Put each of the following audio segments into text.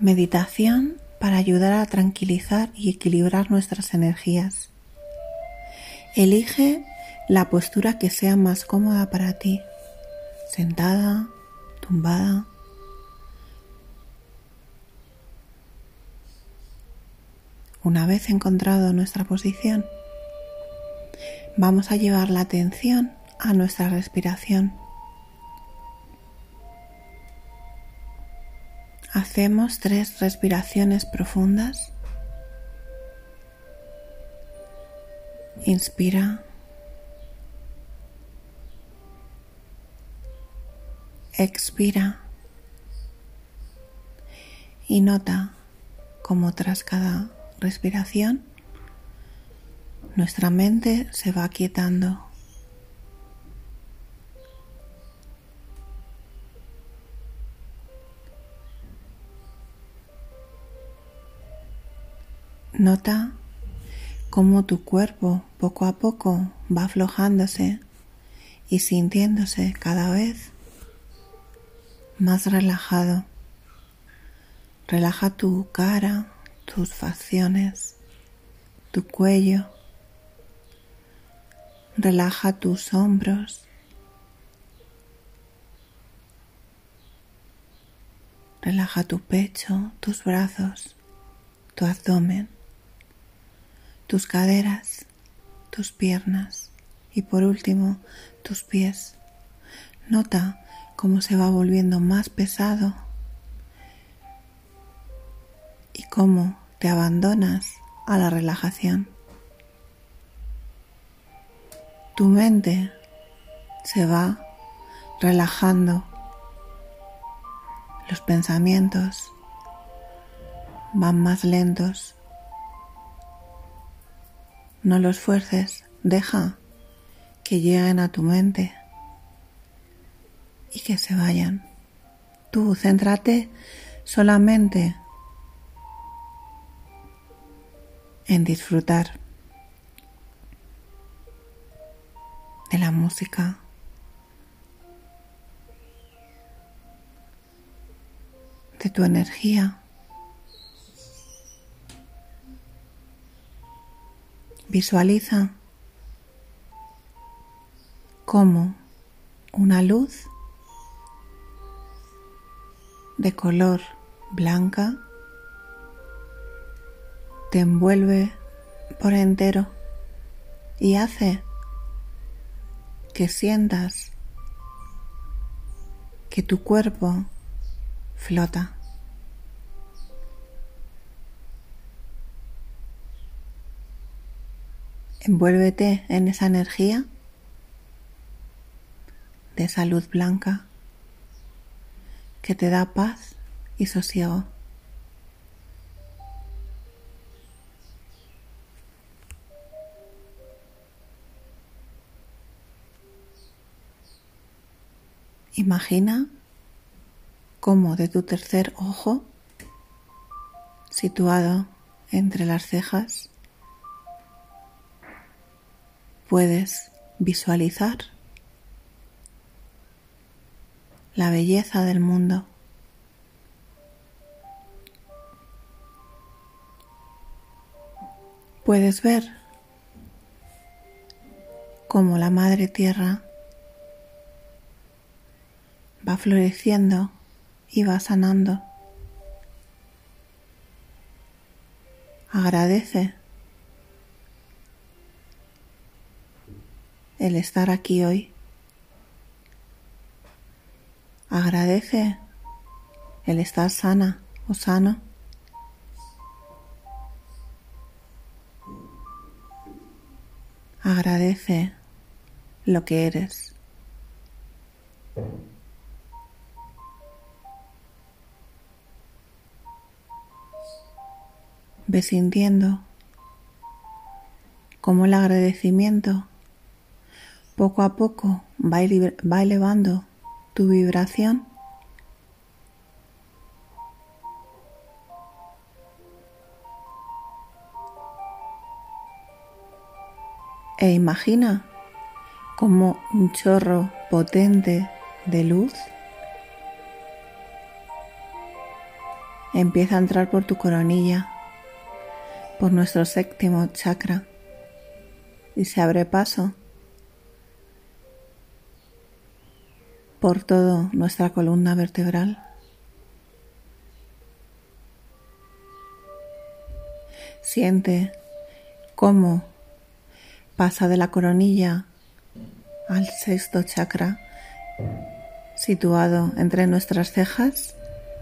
Meditación para ayudar a tranquilizar y equilibrar nuestras energías. Elige la postura que sea más cómoda para ti, sentada, tumbada. Una vez encontrado nuestra posición, vamos a llevar la atención a nuestra respiración. Hacemos 3 respiraciones profundas. Inspira. Expira. Y nota cómo tras cada respiración nuestra mente se va aquietando. Nota cómo tu cuerpo poco a poco va aflojándose y sintiéndose cada vez más relajado. Relaja tu cara, tus facciones, tu cuello. Relaja tus hombros. Relaja tu pecho, tus brazos, tu abdomen, tus caderas, tus piernas y por último tus pies. Nota cómo se va volviendo más pesado y cómo te abandonas a la relajación. Tu mente se va relajando. Los pensamientos van más lentos. No los fuerces, deja que lleguen a tu mente y que se vayan. Tú céntrate solamente en disfrutar de la música, de tu energía. Visualiza cómo una luz de color blanca te envuelve por entero y hace que sientas que tu cuerpo flota. Envuélvete en esa energía de esa luz blanca que te da paz y sosiego. Imagina cómo de tu tercer ojo, situado entre las cejas, puedes visualizar la belleza del mundo. Puedes ver cómo la Madre Tierra va floreciendo y va sanando. Agradece el estar aquí hoy. Agradece el estar sana o sano. Agradece lo que eres. Ve sintiendo cómo el agradecimiento poco a poco va elevando tu vibración e imagina cómo un chorro potente de luz empieza a entrar por tu coronilla, por nuestro séptimo chakra, y se abre paso por toda nuestra columna vertebral. Siente cómo pasa de la coronilla al sexto chakra, situado entre nuestras cejas,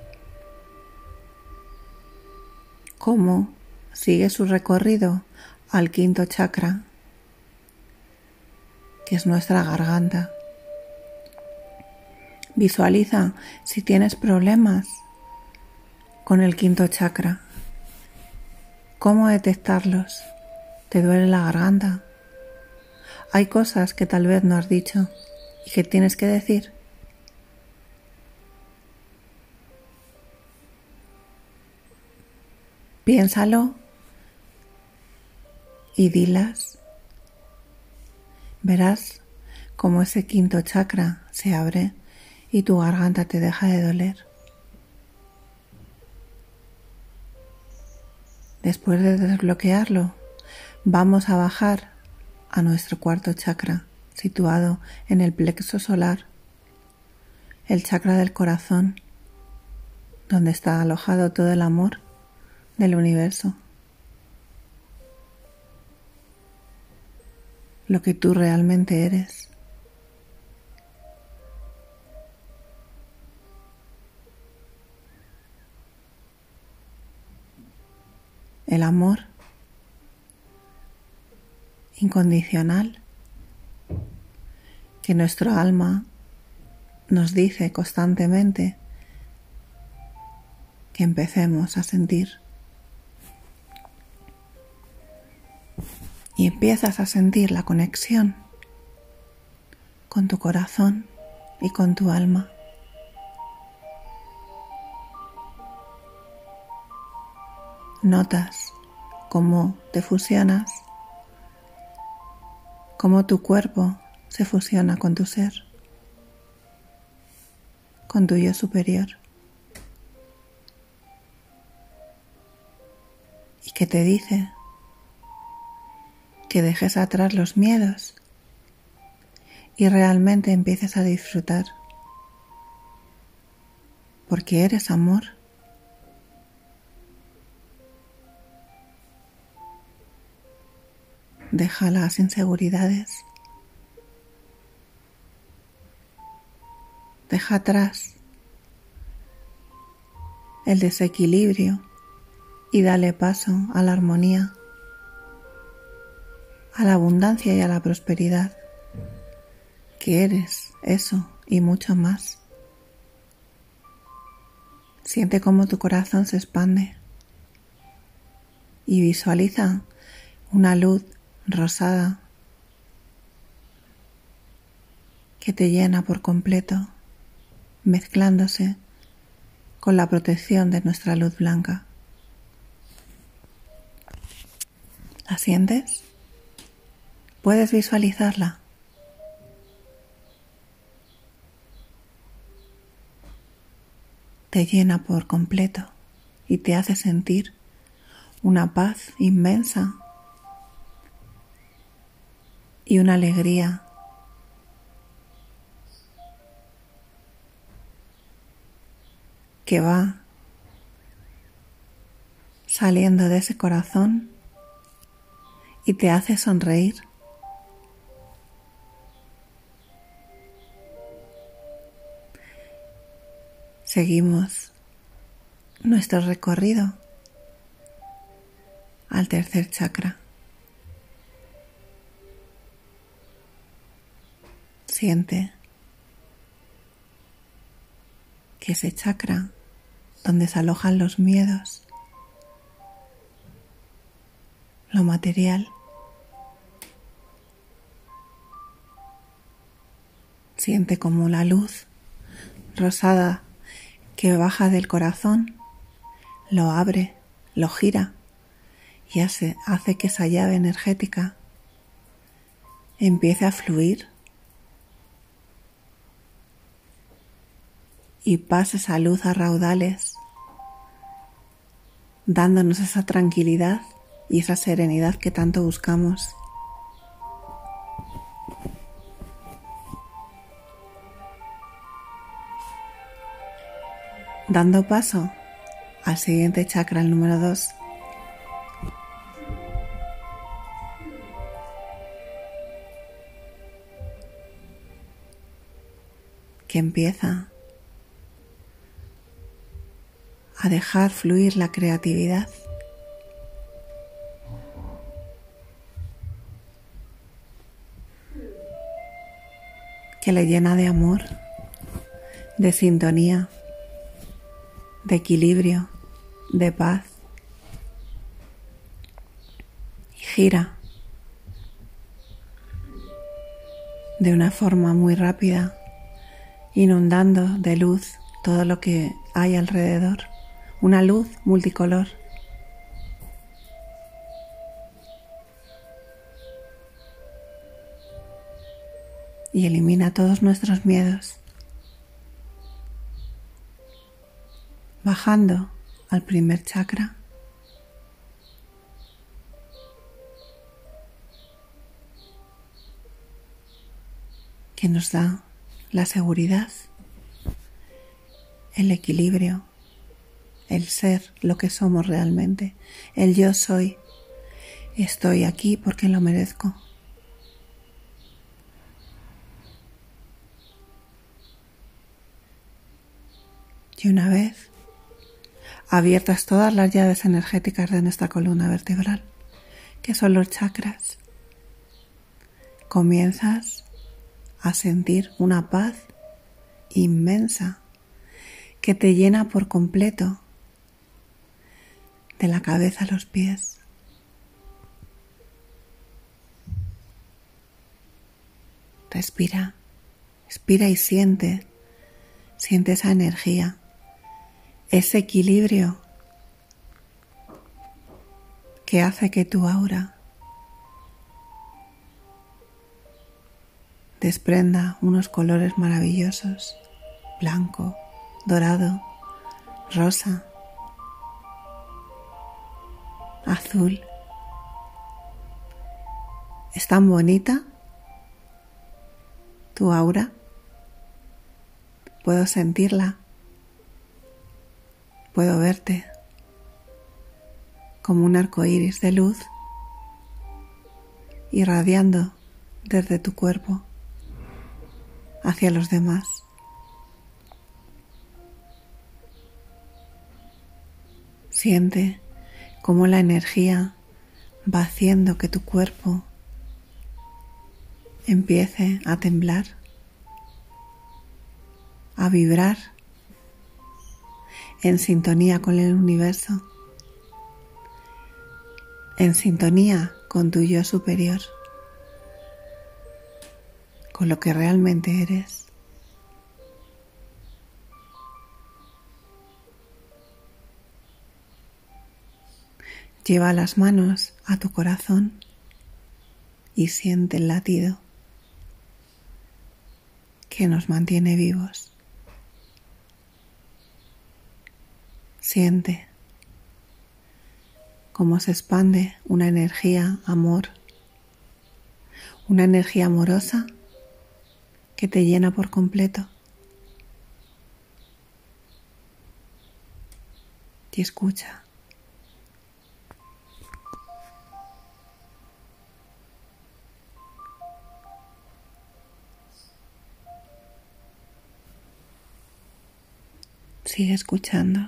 cómo sigue su recorrido al quinto chakra, que es nuestra garganta. Visualiza si tienes problemas con el quinto chakra. ¿Cómo detectarlos? ¿Te duele la garganta? ¿Hay cosas que tal vez no has dicho y que tienes que decir? Piénsalo y dilas. Verás cómo ese quinto chakra se abre y tu garganta te deja de doler. Después de desbloquearlo, vamos a bajar a nuestro cuarto chakra, situado en el plexo solar, el chakra del corazón, donde está alojado todo el amor del universo. Lo que tú realmente eres. El amor incondicional que nuestro alma nos dice constantemente que empecemos a sentir. Y empiezas a sentir la conexión con tu corazón y con tu alma. Notas cómo te fusionas, cómo tu cuerpo se fusiona con tu ser, con tu yo superior. Y que te dice que dejes atrás los miedos y realmente empieces a disfrutar, porque eres amor. Deja las inseguridades. Deja atrás el desequilibrio y dale paso a la armonía, a la abundancia y a la prosperidad, que eres eso y mucho más. Siente cómo tu corazón se expande y visualiza una luz rosada que te llena por completo, mezclándose con la protección de nuestra luz blanca. ¿La sientes? ¿Puedes visualizarla? Te llena por completo y te hace sentir una paz inmensa y una alegría que va saliendo de ese corazón y te hace sonreír. Seguimos nuestro recorrido al tercer chakra. Siente que ese chakra donde se alojan los miedos, lo material, siente como la luz rosada que baja del corazón lo abre, lo gira y hace que esa llave energética empiece a fluir y pase esa luz a raudales dándonos esa tranquilidad y esa serenidad que tanto buscamos. Dando paso al siguiente chakra, el número 2. Que empieza a dejar fluir la creatividad. Que le llena de amor, de sintonía, de equilibrio, de paz. Y gira de una forma muy rápida, inundando de luz todo lo que hay alrededor. Una luz multicolor. Y elimina todos nuestros miedos, bajando al primer chakra, que nos da la seguridad, el equilibrio, el ser lo que somos realmente, el yo soy. Estoy aquí porque lo merezco. Y una vez abiertas todas las llaves energéticas de nuestra columna vertebral, que son los chakras, comienzas a sentir una paz inmensa que te llena por completo, de la cabeza a los pies. Respira, respira y siente esa energía, ese equilibrio que hace que tu aura desprenda unos colores maravillosos: blanco, dorado, rosa, azul. ¿Es tan bonita tu aura? Puedo sentirla, puedo verte como un arco iris de luz irradiando desde tu cuerpo hacia los demás. Siente cómo la energía va haciendo que tu cuerpo empiece a temblar, a vibrar en sintonía con el universo, en sintonía con tu yo superior, con lo que realmente eres. Lleva las manos a tu corazón y siente el latido que nos mantiene vivos. Siente cómo se expande una energía amor, una energía amorosa que te llena por completo. Y escucha. Sigue escuchando.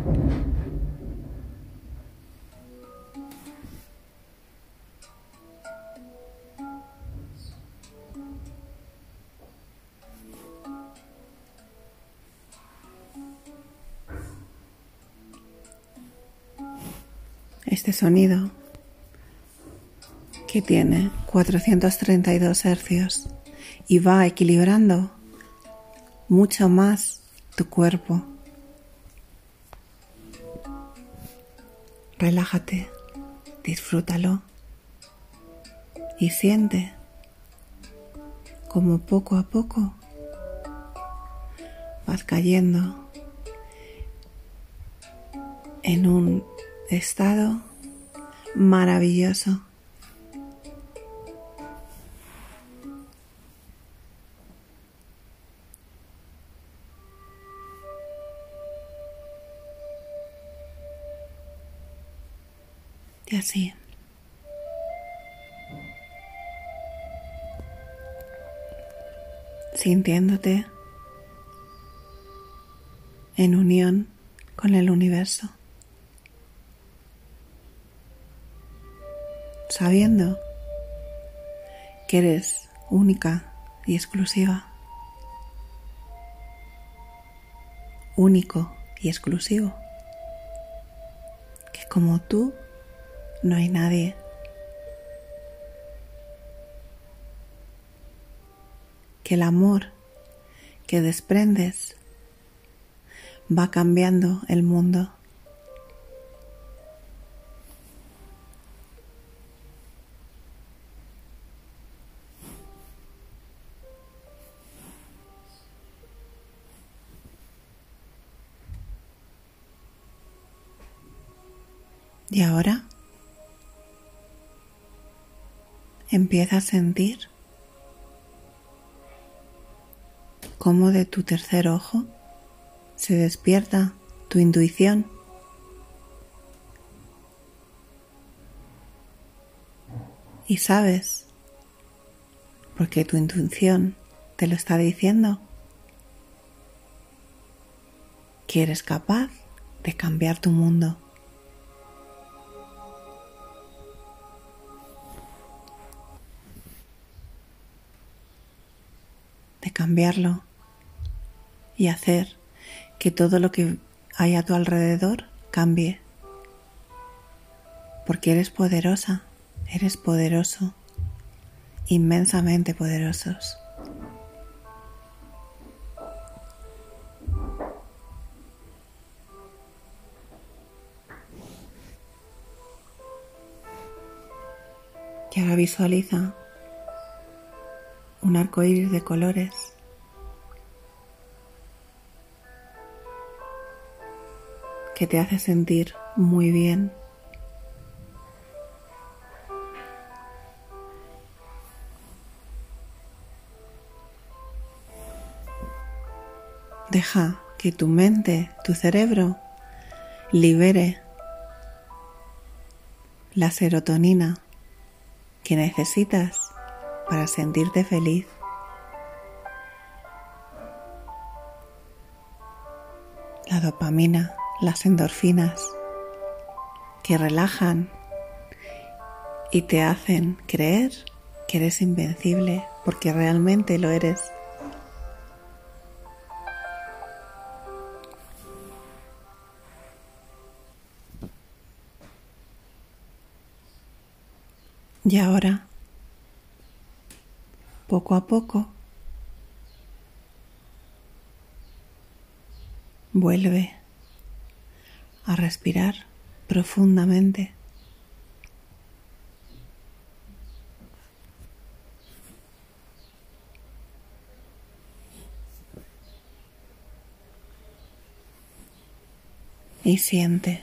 Este sonido, que tiene 432 hercios y va equilibrando mucho más tu cuerpo. Relájate, disfrútalo y siente como poco a poco vas cayendo en un estado maravilloso. Y así, sintiéndote en unión con el universo, sabiendo que eres única y exclusiva, único y exclusivo, que como tú no hay nadie. Que el amor que desprendes va cambiando el mundo. Y ahora empieza a sentir cómo de tu tercer ojo se despierta tu intuición. Y sabes, porque tu intuición te lo está diciendo, que eres capaz de cambiar tu mundo. De cambiarlo y hacer que todo lo que hay a tu alrededor cambie. Porque eres poderosa, eres poderoso, inmensamente poderosos. Y ahora visualiza un arco iris de colores que te hace sentir muy bien. Deja que tu mente, tu cerebro, libere la serotonina que necesitas para sentirte feliz. La dopamina, las endorfinas, que relajan y te hacen creer que eres invencible, porque realmente lo eres. Y ahora, poco a poco, vuelve a respirar profundamente. Y siente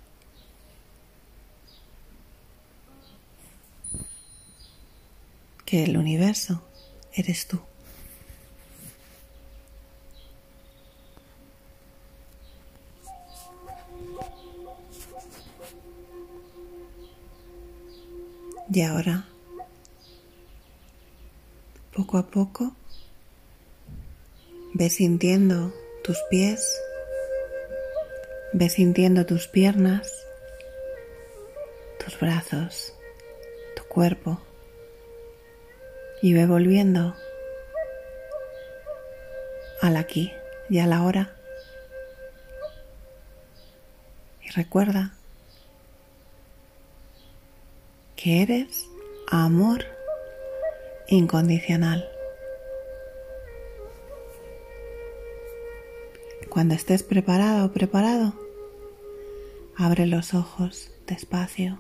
que el universo eres tú. Y ahora, poco a poco, ve sintiendo tus pies, ve sintiendo tus piernas, tus brazos, tu cuerpo, y ve volviendo al aquí y a la ahora. Y recuerda que eres amor incondicional. Cuando estés preparada o preparado, abre los ojos despacio.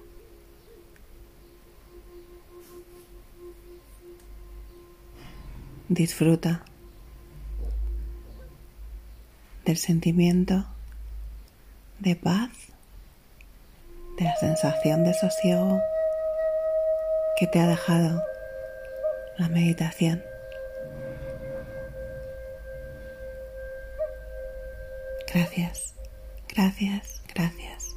Disfruta del sentimiento de paz de la sensación de sosiego que te ha dejado la meditación. Gracias, gracias, gracias.